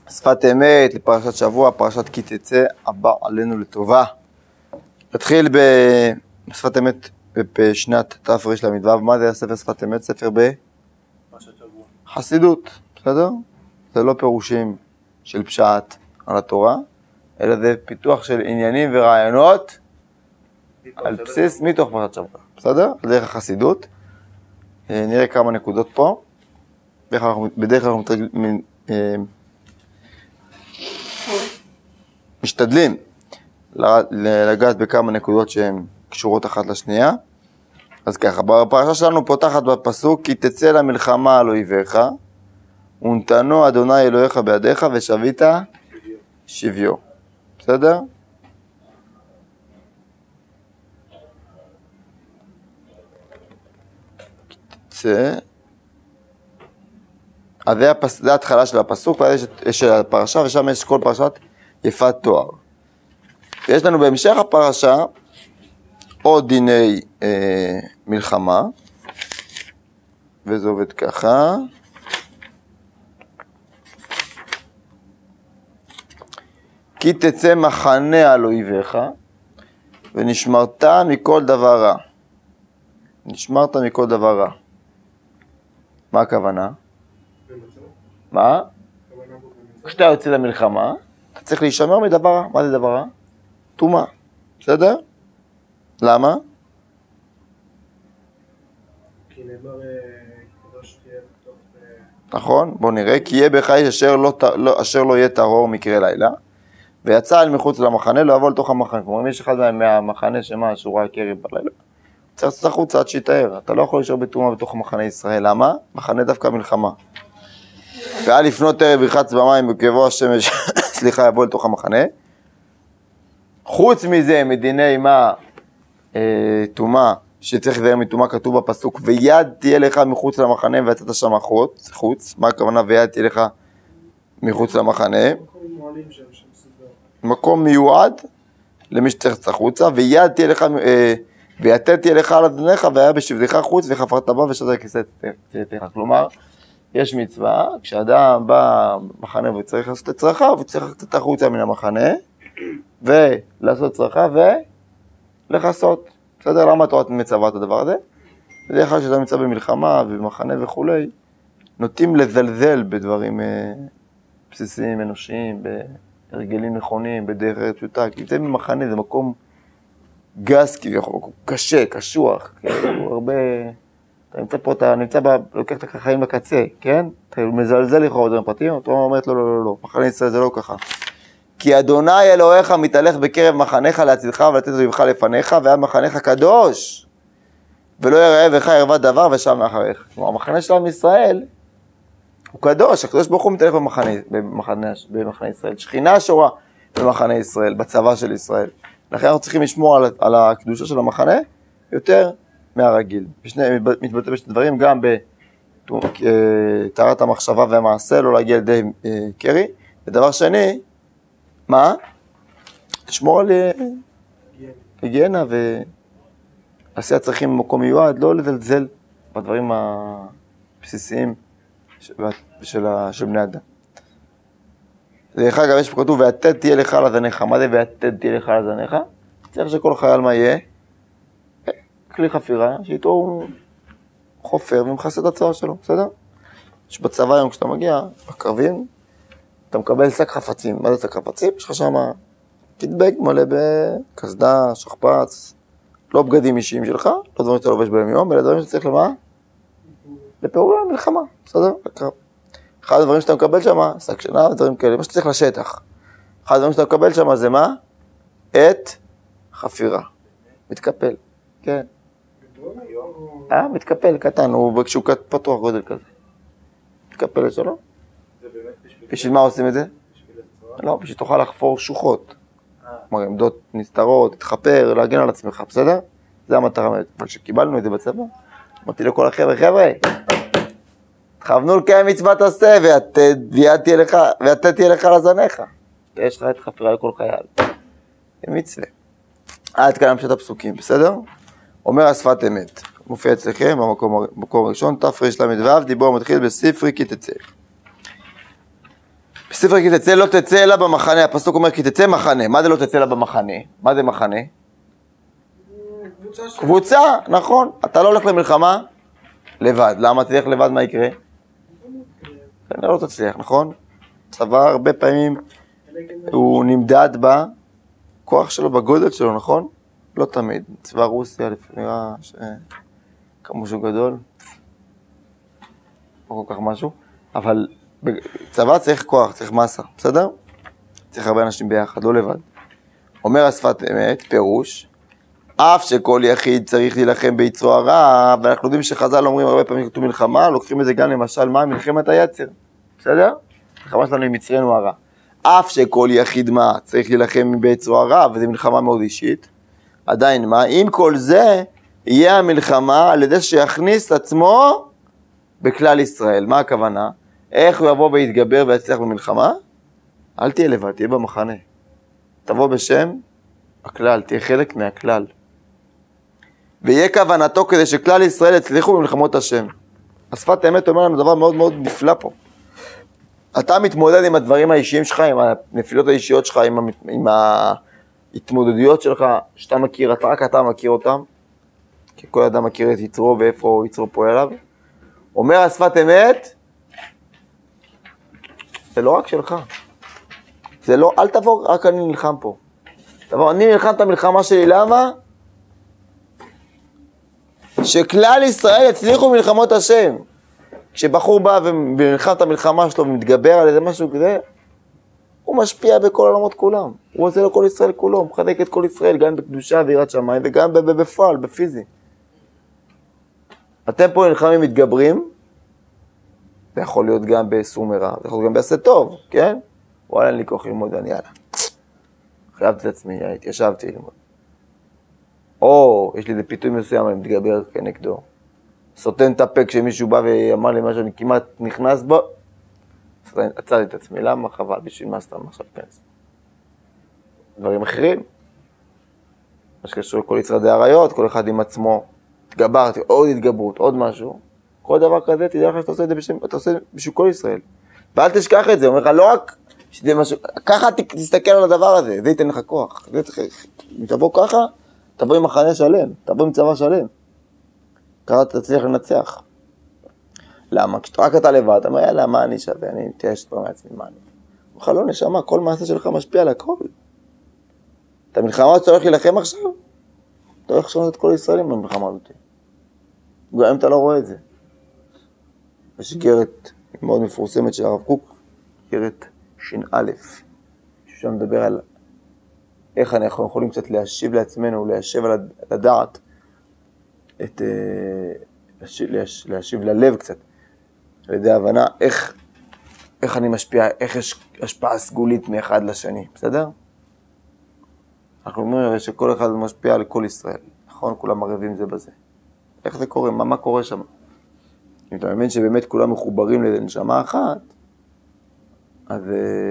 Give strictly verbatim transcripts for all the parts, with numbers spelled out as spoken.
שפת אמת לפרשת שבוע, פרשת כי תצא, הבא עלינו לטובה. נתחיל בשפת אמת בשנת תר"ש למדבר. מה זה הספר שפת אמת? ספר פרשת שבוע. בחסידות, בסדר? זה לא פירושים של פשט על התורה, אלא זה פיתוח של עניינים ורעיונות על בסיס מתוך פרשת שבוע, בסדר? דרך החסידות. נראה כמה נקודות פה. בדרך כלל אנחנו מתרגלים, משתדלים לגעת בכמה נקודות שהן קשורות אחת לשנייה. אז ככה, בפרשה שלנו פותחת בפסוק, כי תצא למלחמה על אויביך, ונתנו אדוני אלוהיך בידיך, ושבית שביו. בסדר? תצא. אז זה, הפס... זה ההתחלה של הפסוק, של הפרשה, ושם יש כל פרשת יפת תואר. ויש לנו בהמשך הפרשה עוד דיני אה, מלחמה, וזה עובד ככה. כי תצא מחנה על אויביך, ונשמרת מכל דבר רע. נשמרת מכל דבר רע. מה הכוונה? מה? כשאתה יוצא למלחמה, אתה צריך להישמר מדבר רע. מה זה דבר רע? טומאה. בסדר? למה? כי נאמר קדוש תהיה בתוך... נכון, בוא נראה. כי יהיה בך איש אשר לא, לא, אשר לא יהיה טהור מקרה לילה, ויצא אל מחוץ למחנה, לא יבוא לתוך המחנה. כלומר, אם יש אחד מהמחנה שמה, שהוא ראה קרב בלילה, צריך לצאת החוצה עד שיתאר. אתה לא יכול להישאר בטומאה בתוך מחנה ישראל. למה? מחנה דווקא מלחמה. ואל לפנות ערב ירחץ במים וכבוא השמש, סליחה, יבוא לתוך המחנה. חוץ מזה, מדיני מה טומאה, שצריך להיזהר מטומאה, כתוב בפסוק, ויד תהיה לך מחוץ למחנה ויצאת שם חוץ, חוץ. מה הכוונה ויד תהיה לך מחוץ למחנה? מקום מיועד למי שצריך לצאת החוצה, ויד תהיה לך, ויתד תהיה לך על אדניך, והיה בשבתך חוץ, וחפרת בה ושתה כיסא צאתך. כלומר, יש מצווה, כשאדם בא במחנה וצריך לעשות את צרכיו, הוא צריך לצאת החוצה מן המחנה, ולעשות צרכיו ולכסות. בסדר? למה התורה מצווה את הדבר הזה? בדרך כלל כשאדם נמצא במלחמה ובמחנה וכולי, נוטים לזלזל בדברים בסיסיים, אנושיים, בהרגלים נכונים, בדרך פשוטה. כי זה במחנה, זה מקום גס כביכול, מקום קשה, קשוח, הוא הרבה... אתה נמצא פה, אתה נמצא, ב... לוקח את החיים לקצה, כן? אתה מזלזל לכאורה דברים פרטיים, אתה אומרת לא, לא, לא, לא, מחנה ישראל זה לא ככה. כי אדוני אלוהיך מתהלך בקרב מחניך להצילך ולתת אויבך לפניך, ועד מחניך קדוש, ולא יראה בך ערוות דבר ושם מאחריך. כלומר, המחנה של עם ישראל הוא קדוש, הקדוש ברוך הוא מתהלך במחנה, במחנה, במחנה ישראל. שכינה שורה במחנה ישראל, בצבא של ישראל. לכן אנחנו צריכים לשמור על, על הקדושה של המחנה יותר מהרגיל. בשני, מתבטא בשני דברים, גם בתארת המחשבה והמעשה, לא להגיע לידי קרי. ודבר שני, מה? תשמור על היגיינה ועשיית צרכים במקום מיועד, לא לזלזל בדברים הבסיסיים של, של בני אדם. דרך אגב, יש פה כתוב, ויתד תהיה לך על הזניך. מה זה ויתד תהיה לך על הזניך? צריך שכל חייל מה יהיה? כלי חפירה, שאיתו הוא חופר ומכסה את הצבא שלו, בסדר? יש בצבא היום כשאתה מגיע, בקרבים, אתה מקבל שק חפצים. מה זה שק חפצים? יש לך שם קדבק מלא בקסדה, שכפ"ץ, לא בגדים אישיים שלך, לא דברים שאתה לובש ביום יום, אלא דברים שאתה צריך למה? לפעולה, מלחמה, בסדר? בקרב. אחד הדברים שאתה מקבל שם, שק שינה ודברים כאלה, מה שאתה צריך לשטח. אחד הדברים שאתה מקבל שם זה מה? את חפירה. מתקפל, כן. אה, מתקפל, קטן, הוא כשהוא פתוח גודל כזה. מתקפל את שלו. בשביל מה עושים את זה? לא, בשביל תוכל לחפור שוחות. כלומר, עמדות נסתרות, תתחפר, להגן על עצמך, בסדר? זה המטרה. אבל כשקיבלנו את זה בצבא, אמרתי לכל החבר'ה, חבר'ה, תכוונו לקיים מצוות עשה, ואתה תהיה לך לזניך. יש לך את חפירה לכל חייל. זה מצווה. עד כאן המשת הפסוקים, בסדר? אומר השפת אמת. מופיע אצלכם במקום הראשון, תר"ש למדבר, דיבור מתחיל בספרי כי תצא. בספר כי תצא לא תצא אלא במחנה, הפסוק אומר כי תצא מחנה, מה זה לא תצא אלא במחנה? מה זה מחנה? קבוצה של... קבוצה, נכון, אתה לא הולך למלחמה לבד, למה תלך לבד מה יקרה? לא תצליח, נכון? צבא הרבה פעמים הוא נמדד בכוח שלו, בגודל שלו, נכון? לא תמיד, צבא רוסיה לפני נראה כמו שהוא גדול, לא כל כך משהו, אבל צבא צריך כוח, צריך מסה, בסדר? צריך הרבה אנשים ביחד, לא לבד. אומר השפת אמת, פירוש, אף שכל יחיד צריך להילחם ביצרו הרע, ואנחנו יודעים שחז"ל אומרים הרבה פעמים כתוב מלחמה, לוקחים את זה גם למשל מה? מלחמת היצר, בסדר? מלחמה שלנו עם יצרנו הרע. אף שכל יחיד מה? צריך להילחם ביצרו הרע, וזו מלחמה מאוד אישית. עדיין מה? עם כל זה, יהיה המלחמה על ידי שיכניס עצמו בכלל ישראל. מה הכוונה? איך הוא יבוא ויתגבר ויצליח במלחמה? אל תהיה לבד, תהיה במחנה. תבוא בשם הכלל, תהיה חלק מהכלל. ויהיה כוונתו כדי שכלל ישראל יצליחו במלחמות השם. השפת האמת אומר לנו דבר מאוד מאוד נפלא פה. אתה מתמודד עם הדברים האישיים שלך, עם הנפילות האישיות שלך, עם, המת... עם ההתמודדויות שלך, שאתה מכיר, אתה רק אתה מכיר אותם, כי כל אדם מכיר את יצרו ואיפה יצרו פועל עליו. אומר השפת אמת, זה לא רק שלך. זה לא, אל תבוא, רק אני נלחם פה. תבוא, אני נלחם את המלחמה שלי, למה? שכלל ישראל יצליחו מלחמות השם. כשבחור בא ונלחם את המלחמה שלו ומתגבר על איזה משהו כזה, הוא משפיע בכל העולמות כולם. הוא עושה לכל ישראל כולו, הוא מחזק את כל ישראל, גם בקדושה ויראת שמיים, וגם בפועל, בפיזי. אתם פה נלחמים מתגברים, זה יכול להיות גם בסור מרע, זה יכול להיות גם בעשה טוב, כן? וואלה, אין לי כוח ללמוד, אני יאללה. חייבתי את עצמי, התיישבתי ללמוד. או, יש לי איזה פיתוי מסוים, אני מתגבר כנגדו. סוטן את הפה כשמישהו בא ואמר לי מה שאני כמעט נכנס בו, עצרתי את עצמי, למה? חבל, בשביל מה סתם עכשיו פנס. דברים אחרים, מה שקשור לכל יצרדי הרעיות, כל אחד עם עצמו, התגברתי, עוד התגברות, עוד משהו. כל דבר כזה, תדע לך שאתה עושה את זה בשביל, אתה עושה בשביל כל ישראל. ואל תשכח את זה, הוא אומר לך, לא רק שזה משהו, ככה תסתכל על הדבר הזה, זה ייתן לך כוח. אם תבוא ככה, תבוא עם מחנה שלם, תבוא עם צבא שלם. ככה תצליח לנצח. למה? כשרק אתה לבד, אתה אומר, יאללה, מה אני שווה? אני מתייש כבר מעצמי, מה אני? הוא אומר, לא נשמה, כל מעשה שלך משפיע על הכל. אתה מלחמה שאתה הולך להילחם עכשיו? אתה הולך לשנות את כל הישראלים במלחמה הזאת. גם אם אתה לא רואה את זה. יש איגרת מאוד מפורסמת של הרב קוק, איגרת שין א', ששם מדבר על איך אנחנו יכולים קצת להשיב לעצמנו, להשיב על הדעת, את, להשיב, להשיב ללב קצת, על ידי ההבנה, איך, איך אני משפיע, איך יש השפעה סגולית מאחד לשני, בסדר? אנחנו אומרים שכל אחד משפיע על כל ישראל, נכון? כולם ערבים זה בזה. איך זה קורה? מה, מה קורה שם? אם אתה מבין שבאמת כולם מחוברים לנשמה אחת, אז,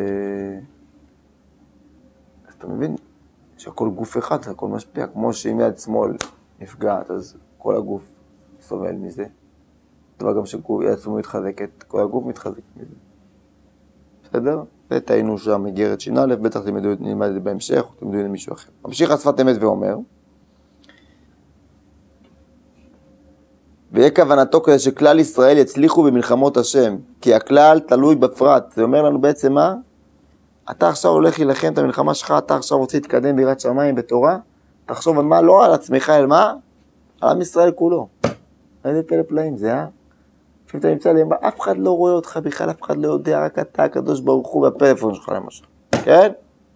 אז אתה מבין שהכל גוף אחד, הכל משפיע, כמו שאם יד שמאל נפגעת, אז כל הגוף סובל מזה. דבר גם שיד שמאל מתחזקת, כל הגוף מתחזק מזה. בסדר? ותהיינו שם איגרת שין א', בטח נלמד את זה בהמשך, או תלמדו למישהו אחר. ממשיך השפת אמת ואומר, ויהיה כוונתו כדי שכלל ישראל יצליחו במלחמות השם, כי הכלל תלוי בפרט. זה אומר לנו בעצם מה? אתה עכשיו הולך להילחם את המלחמה שלך, אתה עכשיו רוצה להתקדם ביראת שמיים בתורה, תחשוב על מה, לא על עצמך, על מה? על עם ישראל כולו. איזה פלא פלאים זה, אה? לפעמים אתה נמצא להם, אף אחד לא רואה אותך בכלל, אף אחד לא יודע, רק אתה, הקדוש ברוך הוא והפלאפון שלך למשל. כן?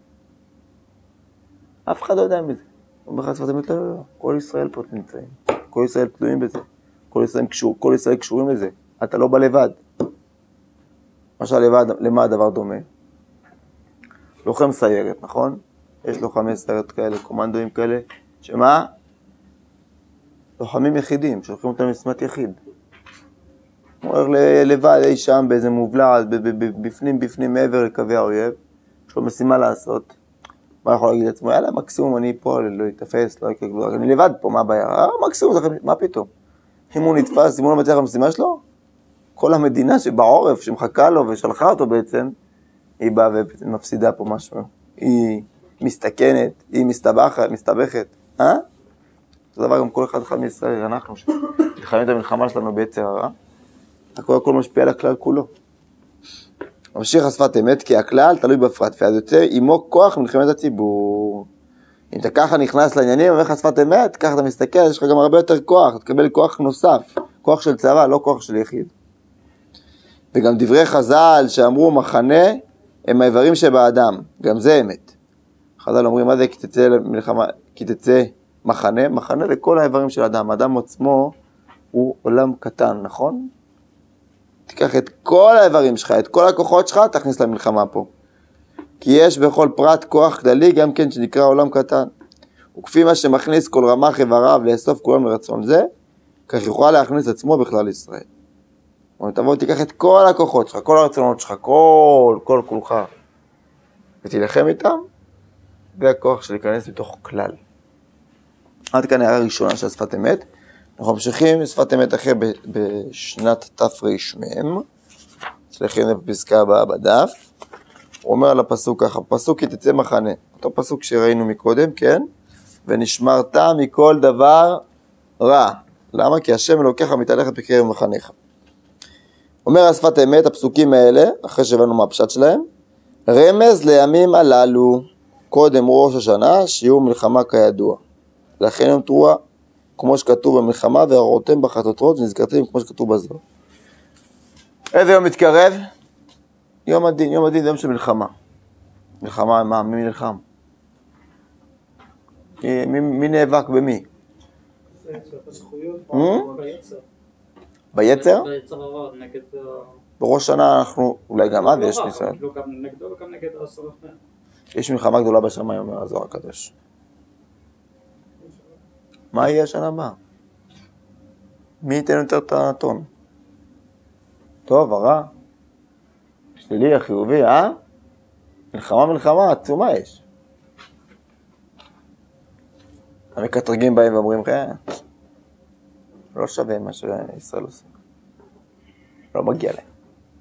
אף אחד לא יודע מזה. ובכלל שפת אמת, לא, לא, לא. כל ישראל פה נמצאים. כל ישראל תלויים בזה. כל ישראל, קשור, כל ישראל קשורים לזה. אתה לא בא לבד. למשל, לבד, למה הדבר דומה? לוחם סיירת, נכון? יש לוחמי סיירת כאלה, קומנדואים כאלה, שמה? לוחמים יחידים, שולחים אותם למשימת יחיד. הוא הולך לבד אי שם באיזה מובלע, בפנים, בפנים, מעבר לקווי האויב, יש לו משימה לעשות. מה יכול להגיד לעצמו? יאללה, מקסימום אני פה, לא יתפס, לא יקגלו, אני לבד פה, מה הבעיה? אה, מקסימום, מה פתאום? אם הוא נתפס, אם הוא לא מצליח למשימה שלו, כל המדינה שבעורף, שמחכה לו ושלחה אותו בעצם, היא באה ומפסידה פה משהו. היא מסתכנת, היא מסתבכת, מסתבכת. אה? זה דבר גם כל אחד אחד מישראל, אנחנו שנלחמים את המלחמה שלנו ביצר הרע. הכל הכל משפיע על הכלל כולו. ממשיך השפת אמת, כי הכלל תלוי בפרט, ואז יוצא עמו כוח מלחמת הציבור. אם אתה ככה נכנס לעניינים, אומר לך שפת אמת, ככה אתה מסתכל, יש לך גם הרבה יותר כוח, אתה תקבל כוח נוסף, כוח של צבא, לא כוח של יחיד. וגם דברי חז"ל שאמרו מחנה, הם האיברים שבאדם, גם זה אמת. חז"ל אומרים, מה זה כי תצא מלחמה, כי תצא מחנה? מחנה לכל האיברים של האדם, האדם עצמו הוא עולם קטן, נכון? תיקח את כל האיברים שלך, את כל הכוחות שלך, תכניס למלחמה פה. כי יש בכל פרט כוח כללי, גם כן שנקרא עולם קטן. וכפי מה שמכניס כל רמ"ח איבריו לאסוף כולם לרצון זה, כך יוכל להכניס עצמו בכלל ישראל. תבוא, תיקח את כל הכוחות שלך, כל הרצונות שלך, כל, כל כולך, ותילחם איתם, והכוח של להיכנס בתוך כלל. עד כאן הערה ראשונה של שפת אמת. אנחנו ממשיכים שפת אמת אחרי בשנת תרמ"ם, סליחים בפסקה הבאה בדף. הוא אומר על הפסוק ככה, פסוק כי תצא מחנה, אותו פסוק שראינו מקודם, כן? ונשמרת מכל דבר רע. למה? כי השם אלוקיך מתהלכת בקרב מחניך. אומר על שפת אמת, הפסוקים האלה, אחרי שהבנו מה הפשט שלהם, רמז לימים הללו, קודם ראש השנה, שיהיו מלחמה כידוע. לכן הם תרועה, כמו שכתוב במלחמה, והראותם בחטוטרות, ונזכרתם כמו שכתוב בזוהר. איזה יום מתקרב? יום הדין, יום הדין זה יום של מלחמה. מלחמה, מה? מי נלחם? מי, מי, מי נאבק במי? ביצר. ביצר? ביצר הרע, נגד... בראש שנה אנחנו, אולי גם עד יש ניסיון. לא גם נגדו וגם נגד עשרה. יש מלחמה גדולה בשמיים, אומר הזוהר הקדוש. מה יהיה השנה הבאה? מי ייתן יותר את הטון? טוב, הרע? שלילי, החיובי, אה? מלחמה, מלחמה, עצומה יש. המקטרגים באים ואומרים, כן, לא שווה מה שישראל עושה. לא מגיע להם.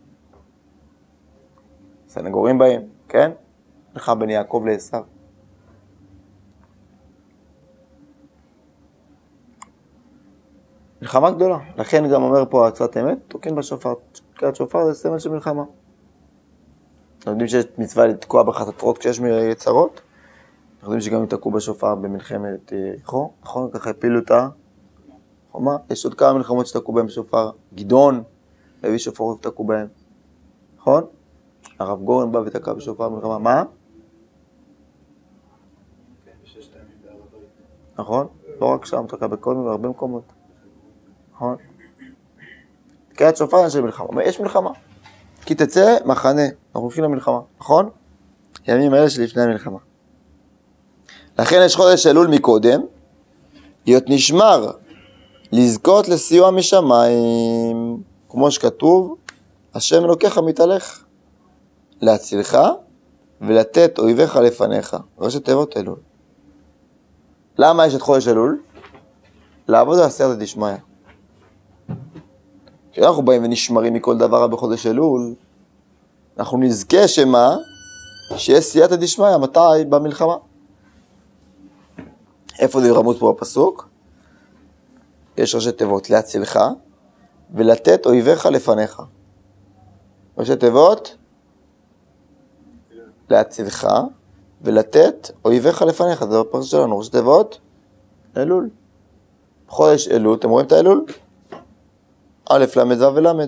סנגורים באים, כן? לך בן יעקב לעשיו. מלחמה גדולה. לכן גם אומר פה הצעת אמת, תוקעים בשופר. תוקעת שופר זה סמל של מלחמה. אנחנו יודעים שיש מצווה לתקוע בחטוטרות כשיש יצרות. אנחנו יודעים שגם יתקעו בשופר במלחמת יריחו. נכון? ככה הפילו אותה. חומה. יש עוד כמה מלחמות שתקעו בהם בשופר. גדעון, להביא שופרות ותקעו בהם. נכון? הרב גורן בא ותקע בשופר במלחמה. מה? נכון? לא רק שם, תקע בכל מיני, הרבה מקומות. נכון? תקעת שופר של מלחמה. יש מלחמה. כי תצא מחנה. אנחנו הולכים למלחמה. נכון? ימים האלה שלפני המלחמה. לכן יש חודש אלול מקודם, להיות נשמר, לזכות לסיוע משמיים, כמו שכתוב, השם אלוקיך מתהלך, להצילך ולתת אויביך לפניך. ראשי תיבות אלול. למה יש את חודש אלול? לעבוד על עשייתא דשמיא. כשאנחנו באים ונשמרים מכל דבר בחודש אלול, אנחנו נזכה שמה? שיש סייעתא דשמיא, מתי? במלחמה. איפה זה רמוז פה בפסוק? יש ראשי תיבות, להצילך ולתת אויביך לפניך. ראשי תיבות, להצילך ולתת אויביך לפניך. זה בפרק שלנו, ראשי תיבות, אלול. חודש אלול, אתם רואים את האלול? א', למד, ו' ולמד.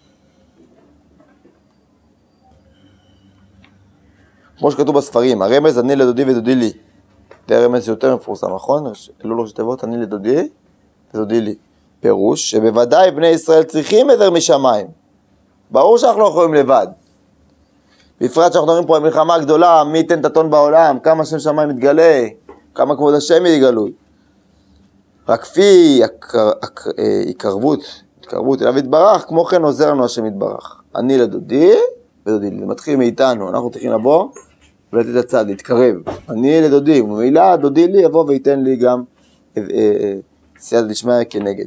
כמו שכתוב בספרים, הרמז אני לדודי ודודי לי. זה הרמז יותר מפורסם, נכון? אלול ראשי תיבות, אני לדודי ודודי לי. פירוש שבוודאי בני ישראל צריכים עזר משמיים. ברור שאנחנו לא יכולים לבד. בפרט שאנחנו מדברים פה על מלחמה גדולה, מי ייתן את הטון בעולם, כמה שם שמיים מתגלה, כמה כבוד השם יתגלוי. רק כפי הקרבות, התקרבות אליו יתברך, כמו כן עוזר לנו השם יתברך. אני לדודי ודודי לי. זה מתחיל מאיתנו, אנחנו צריכים לבוא ולתת את הצד, להתקרב. אני לדודי, וממילה דודי לי יבוא וייתן לי גם סייעתא דשמיא כנגד.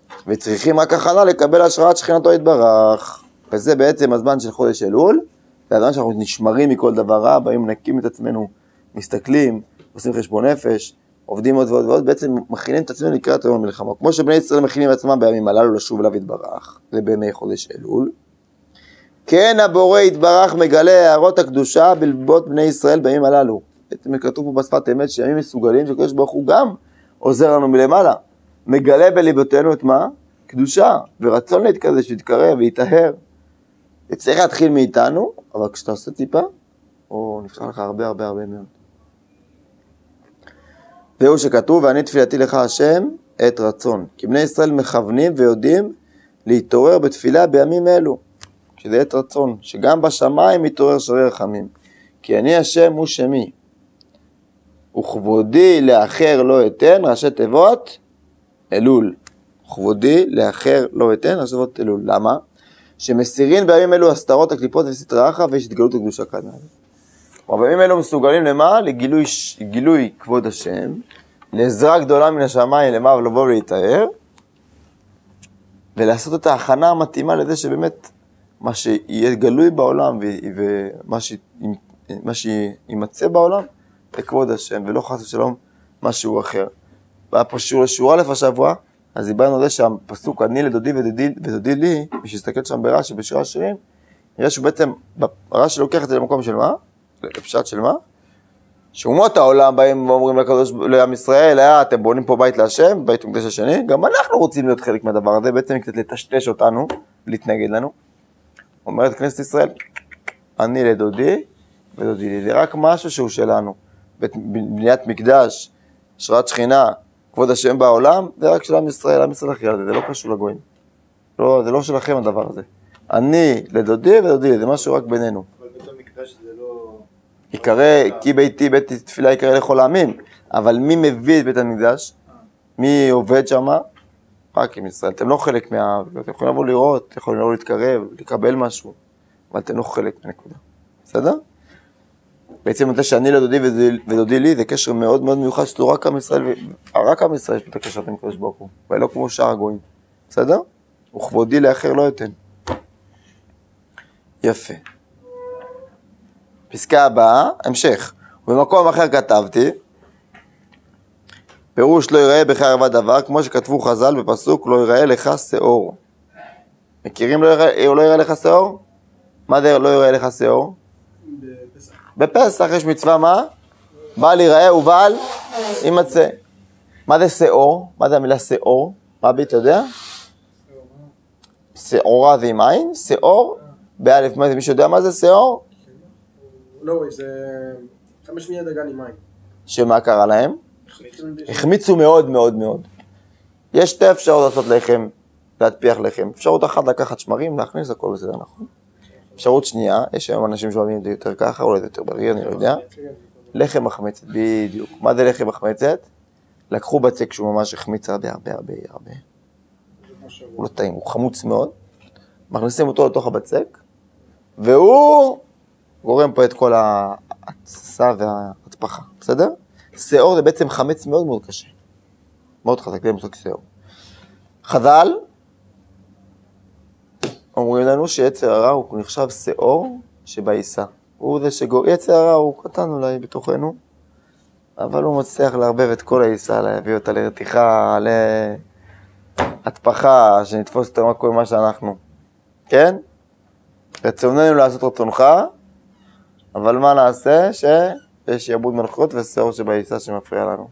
וצריכים רק הכנה לקבל השראת שכינתו יתברך. וזה בעצם הזמן של חודש אלול, והזמן שאנחנו נשמרים מכל דבר רע, באים מנקים את עצמנו, מסתכלים, עושים חשבון נפש, עובדים עוד ועוד ועוד, בעצם מכינים את עצמנו לקראת יום המלחמה. כמו שבני ישראל מכינים את עצמם בימים הללו לשוב אליו יתברך, זה בימי חודש אלול. כן הבורא יתברך מגלה הערות הקדושה בלבות בני ישראל בימים הללו. בעצם כתוב פה בשפת אמת שימים מסוגלים שקדוש ברוך הוא גם עוזר לנו מלמעלה. מגלה בליבותינו את מה? קדושה, ורצון להתקדש, להתקרב, להתאהר. זה צריך להתחיל מאיתנו, אבל כשאתה עושה טיפה, או נפתח לך הרבה הרבה הרבה מאוד. זהו שכתוב, ואני תפילתי לך השם את רצון. כי בני ישראל מכוונים ויודעים להתעורר בתפילה בימים אלו. שזה את רצון, שגם בשמיים מתעורר שרי רחמים. כי אני השם הוא שמי. וכבודי לאחר לא אתן, ראשי תיבות, אלול. וכבודי לאחר לא אתן, ראשי תיבות אלול. למה? שמסירין בימים אלו הסתרות הקליפות וסתרי רחב ויש התגלות הקדושה כאן. כלומר, בימים אלו מסוגלים למה? לגילוי גילוי כבוד השם, לעזרה גדולה מן השמיים למה ולבוא ולהתאר, ולעשות את ההכנה המתאימה לזה שבאמת מה שיהיה גלוי בעולם ומה שימצא בעולם זה כבוד השם, ולא חס ושלום משהו אחר. והיה פה שיעור לשורה א' השבוע, אז דיברנו על זה שהפסוק אני לדודי ודודי, ודודי לי, מי שיסתכל שם ברש"י בשיר השירים, נראה שהוא בעצם, רש"י לוקח את זה למקום של מה? לפשט של מה? שאומות העולם באים ואומרים לקדוש, לעם ישראל, אה, אתם בונים פה בית להשם, בית מקדש השני, גם אנחנו רוצים להיות חלק מהדבר הזה, בעצם קצת לטשטש אותנו, להתנגד לנו. אומרת כנסת ישראל, אני לדודי ודודי לי, זה רק משהו שהוא שלנו. בניית מקדש, השראת שכינה, כבוד השם בעולם, זה רק של עם ישראל, עם ישראל אחרי על זה, זה לא קשור לגויים. לא, זה לא שלכם הדבר הזה. אני לדודי ודודי לי, זה משהו רק בינינו. אבל בית המקדש זה לא... יקרא, כי ביתי, בית תפילה יקרא לכל העמים, אבל מי מביא את בית המקדש? מי עובד שם? רק עם ישראל. אתם לא חלק מה... אתם יכולים לבוא לראות, אתם יכולים לבוא להתקרב, לקבל משהו, אבל אתם לא חלק מהנקודה. בסדר? בעצם את זה שאני לדודי ודודי לי, זה קשר מאוד מאוד מיוחד, שתו רק עם ישראל, רק עם ישראל יש את הקשר עם קדוש ברוך הוא, ולא כמו שאר הגויים. בסדר? וכבודי לאחר לא אתן. יפה. פסקה הבאה, המשך. ובמקום אחר כתבתי, פירוש לא ייראה בך ערווה דבר, כמו שכתבו חז"ל בפסוק, לא ייראה לך שאור. מכירים לא ייראה, לא ייראה לך שאור? מה זה לא ייראה לך שאור? בפסח. בפסח יש מצווה מה? בעל ייראה ובעל יימצא. מה זה שאור? מה זה המילה שאור? מה בי, אתה יודע? שאורה זה עם עין? שאור? באלף, מי שיודע מה זה שאור? לא, זה חמש מיד דגן עם מים. שמה קרה להם? החמיצו מאוד מאוד מאוד. יש שתי אפשרות לעשות לחם, להטפיח לחם. אפשרות אחת לקחת שמרים, להכניס, הכל בסדר, נכון? אפשרות שנייה, יש היום אנשים שאוהבים את זה יותר ככה, אולי זה יותר בריא, אני לא יודע. לחם מחמצת, בדיוק. מה זה לחם מחמצת? לקחו בצק שהוא ממש החמיץ הרבה הרבה הרבה הרבה. הוא לא טעים, הוא חמוץ מאוד. מכניסים אותו לתוך הבצק, והוא גורם פה את כל ההתססה וההטפחה, בסדר? שיעור זה בעצם חמץ מאוד מאוד קשה. מאוד חזק, זה מושג שיעור. חז"ל אומרים לנו שיצר הרע הוא נחשב שיעור שבעיסה. הוא זה שגור... יצר הרע הוא קטן אולי בתוכנו, אבל הוא מצליח להרבב את כל העיסה, להביא אותה לרתיחה, להטפחה, שנתפוס את מה קורה מה שאנחנו. כן? רצוננו לעשות רצונך, אבל מה נעשה? שיש יעבוד מלכות ושיעור שבעיסה שמפריע לנו.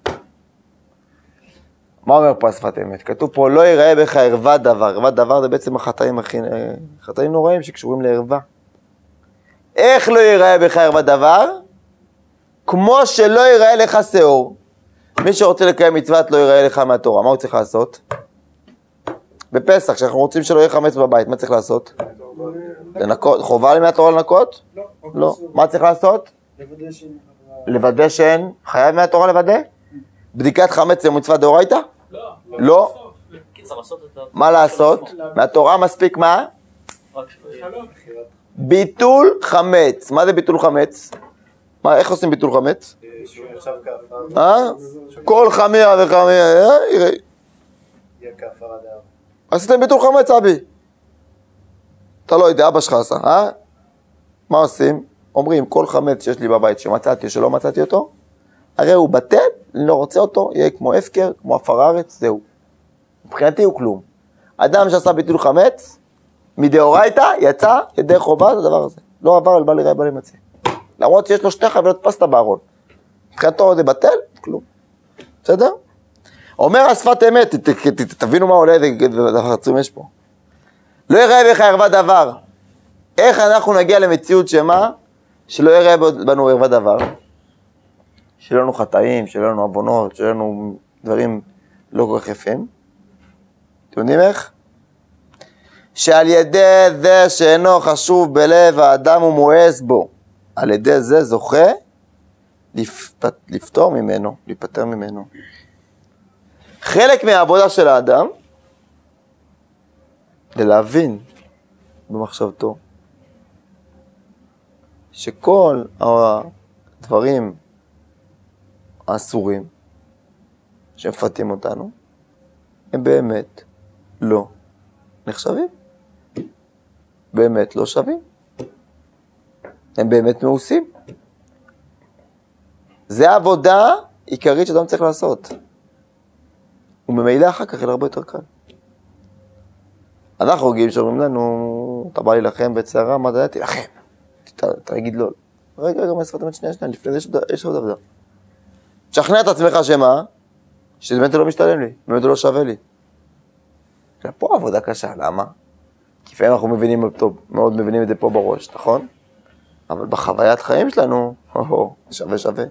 מה אומר פה השפת אמת? כתוב פה, לא ייראה בך ערווה דבר. ערווה דבר זה בעצם החטאים הכי... חטאים נוראים שקשורים לערווה. איך לא ייראה בך ערווה דבר? כמו שלא ייראה לך שיעור. מי שרוצה לקיים מצוות לא ייראה לך מהתורה. מה הוא צריך לעשות? בפסח, כשאנחנו רוצים שלא יהיה חמץ בבית, מה צריך לעשות? לנקות. חובה לי מהתורה לנקות? לא. לא. מה צריך לעשות? לוודא שאין... לוודא שאין. חייב מהתורה לוודא? בדיקת חמץ זה מצווה דאורייתא? לא. לא. קיצר, לעשות את זה. מה לעשות? מהתורה מספיק מה? רק שלא יהיה. ביטול חמץ. מה זה ביטול חמץ? מה, איך עושים ביטול חמץ? שהוא נחשב כאפר. אה? כל חמיה וחמיה, אה? יראה. יהיה כאפר עד האב. עשיתם ביטול חמץ, אבי. אתה לא יודע, אבא שלך עשה, אה? מה עושים? אומרים, כל חמץ שיש לי בבית שמצאתי או שלא מצאתי אותו, הרי הוא בטל, אני לא רוצה אותו, יהיה כמו הפקר, כמו אפר הארץ, זהו. מבחינתי הוא כלום. אדם שעשה ביטול חמץ, מדאורייתא יצא ידי חובה, זה הדבר הזה. לא עבר על בעלי רעי בעלי מציא. למרות שיש לו שתי חבילות פסטה בארון. מבחינתו זה בטל, כלום. בסדר? אומר השפת אמת, תבינו מה עולה, איזה דבר עצום יש פה. לא יראה בך ערווה דבר. איך אנחנו נגיע למציאות שמה? שלא יראה בנו ערווה דבר. שלא לנו חטאים, שלא לנו עוונות, שלא לנו דברים לא כל כך יפים. אתם יודעים איך? שעל ידי זה שאינו חשוב בלב האדם ומואס בו, על ידי זה זוכה לפת... לפתור ממנו, להיפטר ממנו. חלק מהעבודה של האדם זה להבין במחשבתו שכל הדברים האסורים שמפתים אותנו הם באמת לא נחשבים, באמת לא שווים, הם באמת מעושים. זה העבודה עיקרית שאדם צריך לעשות, וממילא אחר כך יהיה הרבה יותר קל. אנחנו רגילים שאומרים לנו, אתה בא להילחם בצערה, מה זה? תילחם, תגיד לא. רגע, רגע, מה שפת אמת שנייה שנייה, לפני זה יש עוד עבודה. תשכנע את עצמך שמה? שזה באמת לא משתלם לי, באמת לא שווה לי. פה עבודה קשה, למה? כי לפעמים אנחנו מבינים טוב, מאוד מבינים את זה פה בראש, נכון? אבל בחוויית חיים שלנו, הו, שווה שווה.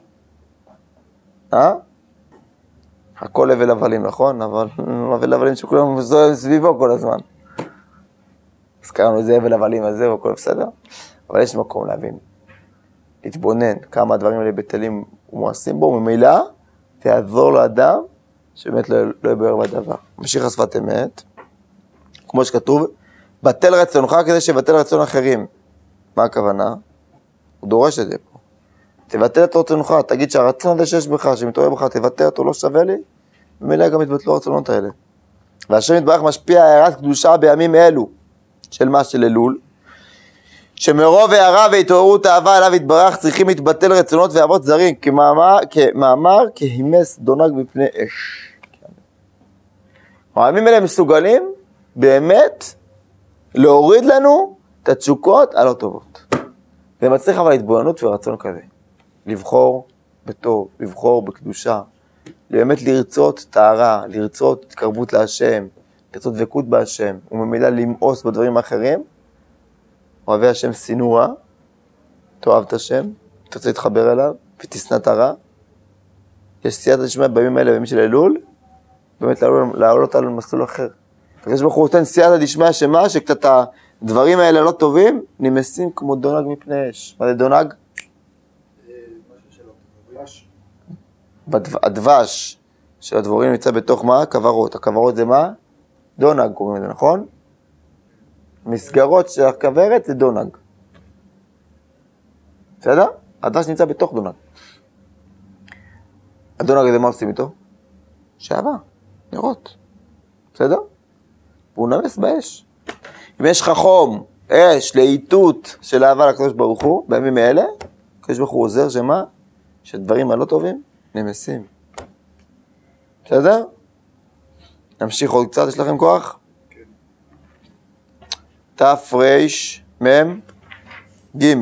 אה? הכל הבל הבלים, נכון? אבל הבל הבלים שכולם מזוהים סביבו כל הזמן. אז קראנו לזה הבל הבלים הזה, הכל בסדר? אבל יש מקום להבין, להתבונן כמה הדברים האלה בטלים ומועשים בו, וממילא תעזור לאדם שבאמת לא, לא יבואר בדבר. ממשיך השפת אמת, כמו שכתוב, בטל רצונך כדי שבטל רצון אחרים. מה הכוונה? הוא דורש את זה פה. תבטל את רצונך, תגיד שהרצון הזה שיש בך, שמתעורר בך, תבטל אותו, לא שווה לי, ומילא גם יתבטלו הרצונות האלה. והשם יתברך משפיע הערת קדושה בימים אלו, של מה? של אלול, שמרוב הערה והתעוררות אהבה אליו יתברך צריכים להתבטל רצונות ואהבות זרים, כמאמר, כמאמר כהימס דונג מפני אש. הימים האלה מסוגלים באמת להוריד לנו את התשוקות הלא טובות. זה מצריך אבל התבוננות ורצון כזה. לבחור בטוב, לבחור בקדושה, באמת לרצות טהרה, לרצות התקרבות להשם, לרצות דבקות בהשם, וממילא למאוס בדברים האחרים. אוהבי השם סינורה, תאהב את השם, תרצה להתחבר אליו, ותשנא את הרע. יש סייעתא דשמיא בימים האלה, בימים של אלול, באמת להעלות אותנו למסלול אחר. הקדוש ברוך הוא נותן סייעתא דשמיא שמה, שקצת הדברים האלה לא טובים, נמסים כמו דונג מפני אש. מה זה דונג? הדבש של הדבורים נמצא בתוך מה? כברות. הכברות זה מה? דונג קוראים לזה, נכון? מסגרות של הכברת זה דונג. בסדר? הדבש נמצא בתוך דונג. הדונג הזה מה עושים איתו? שעבה, נרות. בסדר? והוא נמס באש. אם יש לך חום, אש, לעיתות של אהבה לקדוש ברוך הוא, בימים האלה, הקדוש ברוך הוא עוזר שמה? שדברים הלא טובים נמסים. בסדר? נמשיך עוד קצת, יש לכם כוח? תפרש מם ג'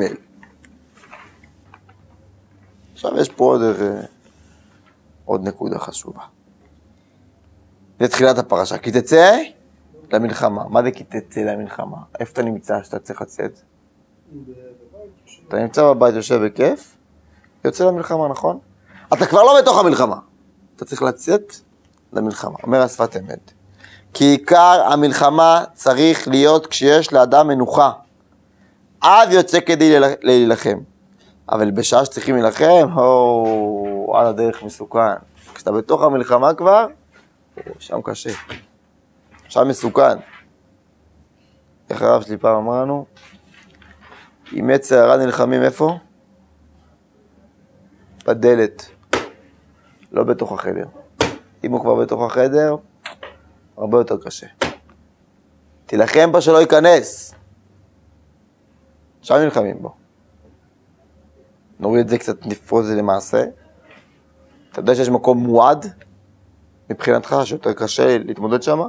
עכשיו יש פה עוד, עוד נקודה חשובה. זה תחילת הפרשה. כי תצא למלחמה. מה זה כי תצא למלחמה? איפה אתה נמצא שאתה צריך לצאת? אתה נמצא בבית, יושב בכיף, יוצא למלחמה, נכון? אתה כבר לא בתוך המלחמה. אתה צריך לצאת למלחמה. אומר השפת אמת. כי עיקר המלחמה צריך להיות כשיש לאדם מנוחה. אז יוצא כדי להילחם. אבל בשעה שצריכים להילחם, או, על הדרך מסוכן. כשאתה בתוך המלחמה כבר, שם קשה. שם מסוכן. איך הרב שלי פעם אמר לנו? עם עץ הערה נלחמים איפה? בדלת. לא בתוך החדר. אם הוא כבר בתוך החדר, הרבה יותר קשה. תילחם בה שלא ייכנס. שם נלחמים בו. נוריד את זה קצת, נפרוט את זה למעשה. אתה יודע שיש מקום מועד מבחינתך, שיותר קשה להתמודד שם?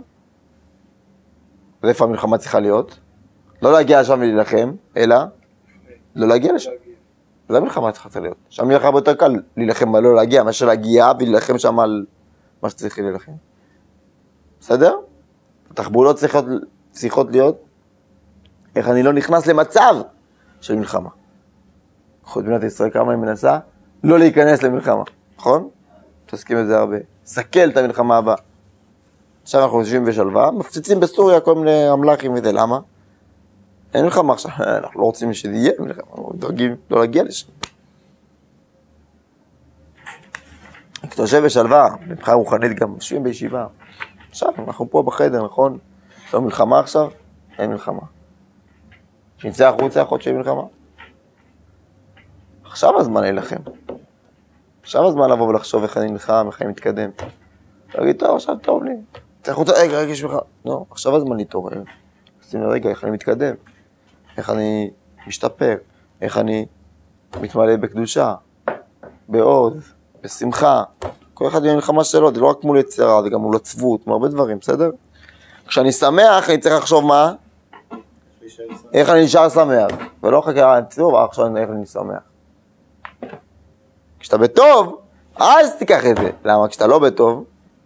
ואיפה המלחמה צריכה להיות? לא להגיע לשם ולהילחם, אלא לא להגיע לשם. זה המלחמה צריכה להיות. שם מלחמה יותר קל להילחם ולא להגיע, מאשר להגיע ולהילחם שם על מה שצריך להילחם. בסדר? התחבולות צריכות, צריכות להיות איך אני לא נכנס למצב של מלחמה. חוץ מדינת ישראל כמה היא מנסה לא להיכנס למלחמה, נכון? תסכים את זה הרבה. סכל את המלחמה הבאה. עכשיו אנחנו יושבים בשלווה, מפציצים בסוריה כל מיני אמל"חים וזה, למה? אין מלחמה עכשיו, אנחנו לא רוצים שזה יהיה מלחמה, אנחנו דואגים לא להגיע לשם. כשאתה יושב בשלווה, מבחינה רוחנית גם יושבים בישיבה. עכשיו, אנחנו פה בחדר, נכון? יש לנו מלחמה עכשיו? אין מלחמה. כשנצא החוצה, יכול להיות שיהיה מלחמה? עכשיו הזמן להילחם. עכשיו הזמן לבוא ולחשוב איך אני נלחם, איך אני מתקדם. להגיד, טוב, עכשיו טוב לי. נצא החוצה, רגע, רגע, יש מלחמה. לא, עכשיו הזמן להתעורר. עושים לי, רגע, איך אני מתקדם? איך אני משתפר? איך אני מתמלא בקדושה? בעוז, בשמחה. כל אחד עם המלחמה שלו, זה לא רק מול יצירה, זה גם מול עצבות, מול הרבה דברים, בסדר? כשאני שמח, אני צריך לחשוב מה? איך אני נשאר שמח. ולא חכה, אני צריך, אבל עכשיו איך אני שמח. כשאתה בטוב, אז תיקח את זה. למה? כשאתה לא בטוב,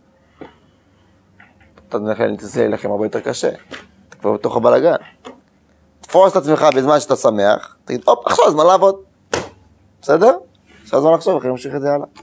אתה תנסה לכם הרבה יותר קשה. אתה כבר בתוך הבלגן. תפרוס את עצמך בזמן שאתה שמח, תגיד, הופ, עכשיו הזמן לעבוד. בסדר? עכשיו הזמן לחשוב, אחרי נמשיך את זה הלאה.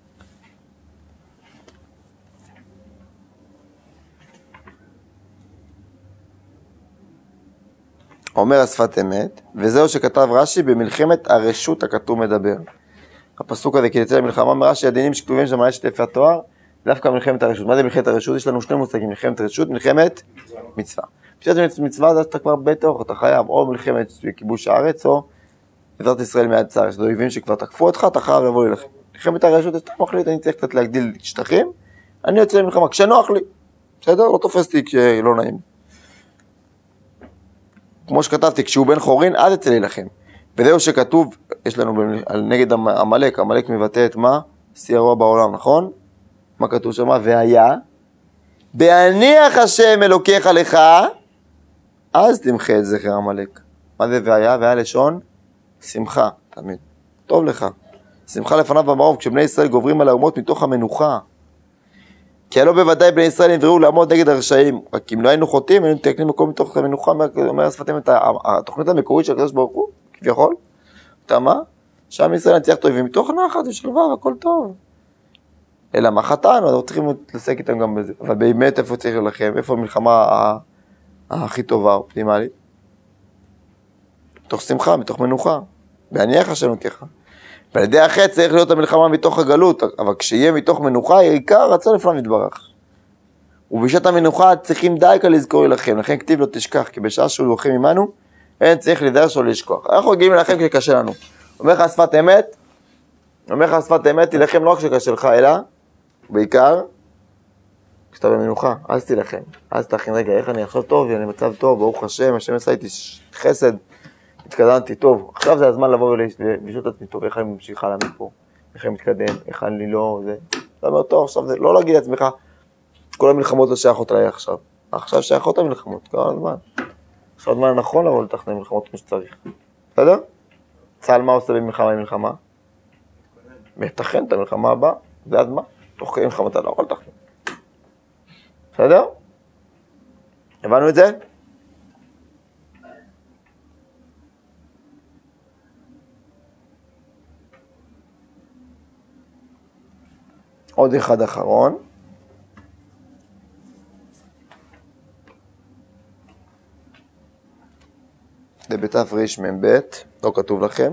אומר השפת אמת, וזהו שכתב רש"י במלחמת הרשות הכתוב מדבר. הפסוק הזה, כי תצא למלחמה, מרש"י הדינים שכתובים שם על אשת יפי התואר, דווקא מלחמת הרשות. מה זה מלחמת הרשות? יש לנו שני מושגים, מלחמת רשות, מלחמת מצווה. פשוט מצווה זה אתה כבר בתוך, אתה חייב, או מלחמת כיבוש הארץ, או עזרת ישראל מיד צער, שזה אויבים שכבר תקפו אותך, אתה חייב לבוא ללחם. מלחמת הרשות, אתה מחליט, אני צריך קצת להגדיל שטחים, אני יוצא למלחמה, כשנוח לי, בסדר? לא תופס לי כשלא נעים. כמו שכתבתי, כשהוא בן חורין, אז יצא להילחם. וזהו שכתוב, יש לנו על נגד המלאק, המלאק מבטא את מה? שיא הרוע בעולם, נכון? מה כתוב שם? והיה, בהניח השם אלוקיך לך, אז תמחה את זכר המלאק. מה זה והיה? והיה לשון? שמחה, תמיד. טוב לך. שמחה לפניו במרוב, כשבני ישראל גוברים על האומות מתוך המנוחה. כי הלא בוודאי בני ישראל נבראו לעמוד נגד הרשעים. רק אם לא היינו חוטאים, היינו מתקנים מקום מתוך המנוחה, אומר השפתים את התוכנית המקורית של הקדוש ברוך הוא, כביכול. אתה מה? שם ישראל נצליח טובים, מתוך נחת ושלווה, הכל טוב. אלא מה חטאנו, אנחנו צריכים להתעסק איתם גם בזה. אבל באמת איפה צריך ללחם? איפה המלחמה הכי טובה, אופטימלית? מתוך שמחה, מתוך מנוחה. בהניח השם אלוקיך. ועל ידי החטא צריך להיות המלחמה מתוך הגלות, אבל כשיהיה מתוך מנוחה, עיקר רצון לפניו יתברך. ובשעת המנוחה צריכים די כאן לזכור לכם, לכן כתיב לא תשכח, כי בשעה שהוא הולכים עמנו, אין צריך להיזהר שלא לשכוח. אנחנו רגילים לכם כשקשה לנו. אומר לך שפת אמת, אומר לך שפת אמת, תלחם לא רק כשקשה לך, אלא בעיקר, כשאתה במנוחה, אז תלחם. אז תכין, רגע, איך אני עכשיו טוב, אני מצב טוב, ברוך השם, השם עשה איתי חסד, התקדמתי טוב. עכשיו זה הזמן לבוא ולשאול את עצמי טוב, איך אני ממשיך הלאה מפה, איך אני מתקדם, איך אני לא, זה. אתה אומר, טוב, עכשיו זה, לא להגיד לעצמך, כל המלחמות לא שייכות עליי עכשיו. עכשיו שייכות המלחמות, כל הזמן. עכשיו הזמן הנכון לבוא לתכנן מלחמות כמו שצריך. בסדר? צה"ל מה עושה במלחמה עם מלחמה? מתכן את המלחמה הבאה, זה הזמן. תוך כדי מלחמה אתה לא יכול לתכנן. בסדר? הבנו את זה? עוד אחד אחרון. זה בתף ריש מ"ב, לא כתוב לכם.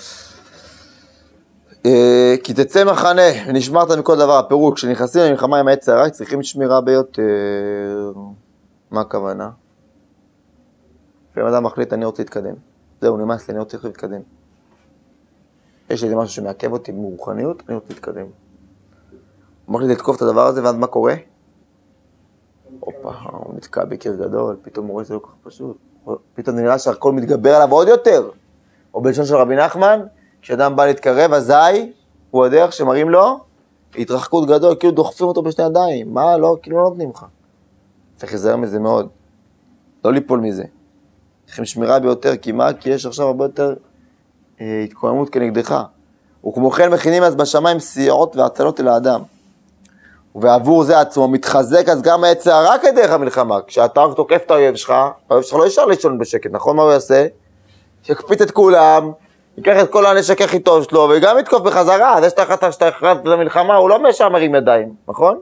כי תצא מחנה ונשמרת מכל דבר. הפירוש, כשנכנסים למלחמה עם העץ הרע, צריכים שמירה ביותר. מה הכוונה? לפעמים אדם מחליט, אני רוצה להתקדם. זהו, נמאס לי, אני רוצה להתקדם. יש לי משהו שמעכב אותי ברוחניות, אני רוצה להתקדם. הוא מחליט לתקוף את הדבר הזה, ואז מה קורה? הופה, הוא נתקע בקיר גדול, פתאום הוא רואה שזה לא כל כך פשוט. פתאום נראה שהכל מתגבר עליו עוד יותר. או בלשון של רבי נחמן, כשאדם בא להתקרב, אזי הוא הדרך שמראים לו התרחקות גדול, כאילו דוחפים אותו בשני ידיים. מה? לא, כאילו לא נותנים לך. צריך להיזהר מזה מאוד. לא ליפול מזה. צריכים שמירה ביותר, כי מה? כי יש עכשיו הרבה יותר אה, התקוממות כנגדך. וכמו כן מכינים אז בשמיים סיעות והצלות אל האדם. ועבור זה עצמו מתחזק אז גם היצר הרע כדרך המלחמה. כשאתה רק תוקף את האויב שלך, האויב שלך לא ישר לישון בשקט, נכון? מה הוא יעשה? שיקפיץ את כולם, ייקח את כל הנשק הכי טוב שלו, וגם יתקוף בחזרה. זה שאתה החלטת שאתה החלטת למלחמה, הוא לא משם מרים ידיים, נכון?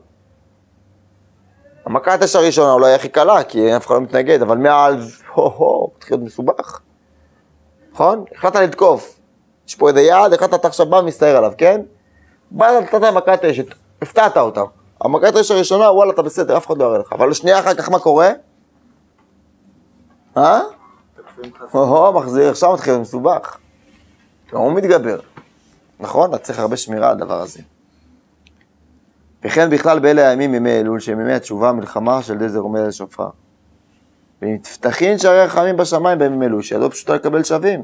המכה התשע הראשונה אולי הכי קלה, כי אף אחד לא מתנגד, אבל מעל, הו-הו, תחיל להיות מסובך. נכון? החלטת לתקוף. יש פה איזה יעד, החלטת אתה עכשיו בא ומסתער עליו, כן? בא נתת המכה התשע, הפתעת אותה. המכה התשע הראשונה, וואלה, אתה בסדר, אף אחד לא יראה לך. אבל לשנייה אחר כך מה קורה? אה? הו-הו, מחזיר, עכשיו מתחיל להיות מסובך. הוא מתגבר. נכון? אתה צריך הרבה שמירה על הדבר הזה. וכן בכלל באלה הימים ימי אלול, שהם ימי התשובה, מלחמה של דזר ומל השופר. ונפתחין שערי הרחמים בשמיים בימים אלול, שידעו פשוטה לקבל שווים.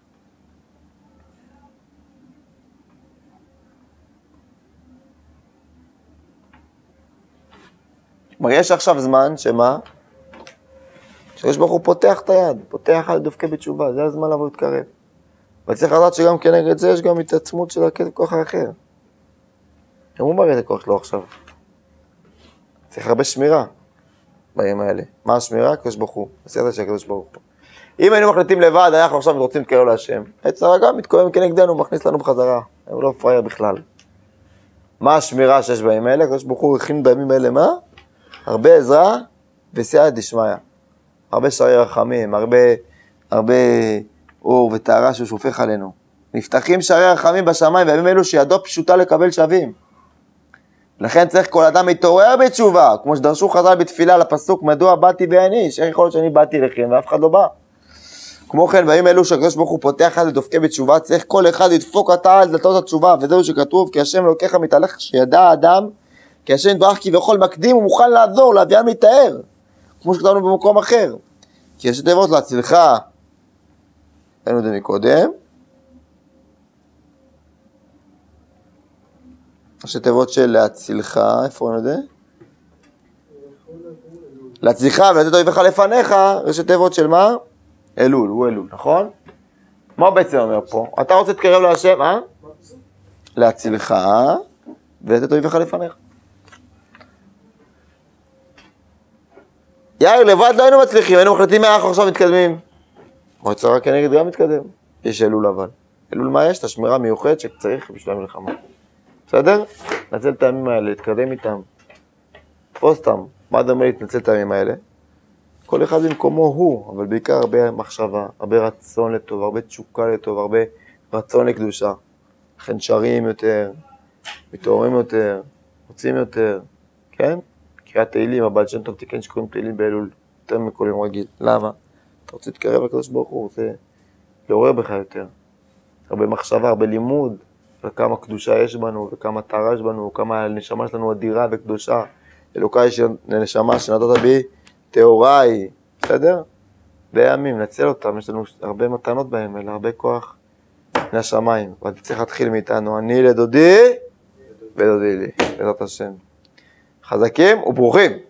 כלומר, יש עכשיו זמן שמה? שיש ברוך הוא פותח את היד, פותח על דווקא בתשובה, זה הזמן לבוא להתקרב. וצריך לדעת שגם כנגד זה יש גם התעצמות של הכוח האחר. גם הוא מראה את הכוח שלו עכשיו. צריך הרבה שמירה בימים האלה. מה השמירה? הקדוש ברוך הוא. עשיית שהקדוש ברוך הוא. אם היינו מחליטים לבד, אנחנו עכשיו רוצים להתקרב להשם. היצר גם מתקרב כנגדנו, מכניס לנו בחזרה. הוא לא פרייר בכלל. מה השמירה שיש בימים האלה? הקדוש ברוך הוא הכין בימים האלה מה? הרבה עזרה וסייעתא דשמיא. הרבה שערי רחמים, הרבה, הרבה אור וטהרה שהוא שופך עלינו. נפתחים שערי הרחמים בשמיים, בימים אלו שידו פשוטה לקבל שווים. לכן צריך כל אדם להתעורר בתשובה, כמו שדרשו חז"ל בתפילה לפסוק, מדוע באתי ואעניש? איך יכול להיות שאני באתי לכם ואף אחד לא בא? כמו כן, בימים אלו שהקדוש ברוך הוא פותח אחד לדופקי בתשובה, צריך כל אחד לדפוק עתה על דלתות התשובה, וזהו שכתוב, כי השם אלוקיך מתהלך שידע האדם, כי השם יתברך כביכול מקדים ומוכן לעזור, להביאם להתאר, כמו שכתבנו במקום אחר. כי יש תיבות להצילך, ראינו את זה מקודם, יש תיבות של להצילך, איפה ראינו את זה? להצילך ולתת אויביך לפניך, יש תיבות של מה? אלול, הוא אלול, נכון? מה הוא בעצם אומר פה? אתה רוצה להתקרב להשם, אה? להצילך ולתת אויביך לפניך. יאיר, לבד לא היינו מצליחים, היינו מחליטים מה אנחנו עכשיו מתקדמים. מועצה רק כנגד גם מתקדם. יש אלול אבל. אלול מה יש? את השמירה המיוחדת שצריך בשביל המלחמה. בסדר? נצל את הימים האלה, להתקדם איתם. תפוס אותם. מה דומה להתנצל את הימים האלה? כל אחד במקומו הוא, אבל בעיקר הרבה מחשבה, הרבה רצון לטוב, הרבה תשוקה לטוב, הרבה רצון לקדושה. לכן שרים יותר, מתעוררים יותר, רוצים יותר, כן? קריאת תהילים, הבעל שם טוב תיקן שקוראים תהילים באלול, יותר מכל יום רגיל. למה? אתה רוצה להתקרב לקדוש ברוך הוא, רוצה לעורר בך יותר. הרבה מחשבה, הרבה לימוד, וכמה קדושה יש בנו, וכמה טהרה יש בנו, וכמה הנשמה שלנו אדירה וקדושה. אלוקה יש נשמה שנתת בי תאוריי, בסדר? בימים, נצל אותם, יש לנו הרבה מתנות בהם, אלא הרבה כוח מהשמיים. ואתה צריך להתחיל מאיתנו, אני לדודי, ודודי לי, בעזרת השם. חזקים וברוכים.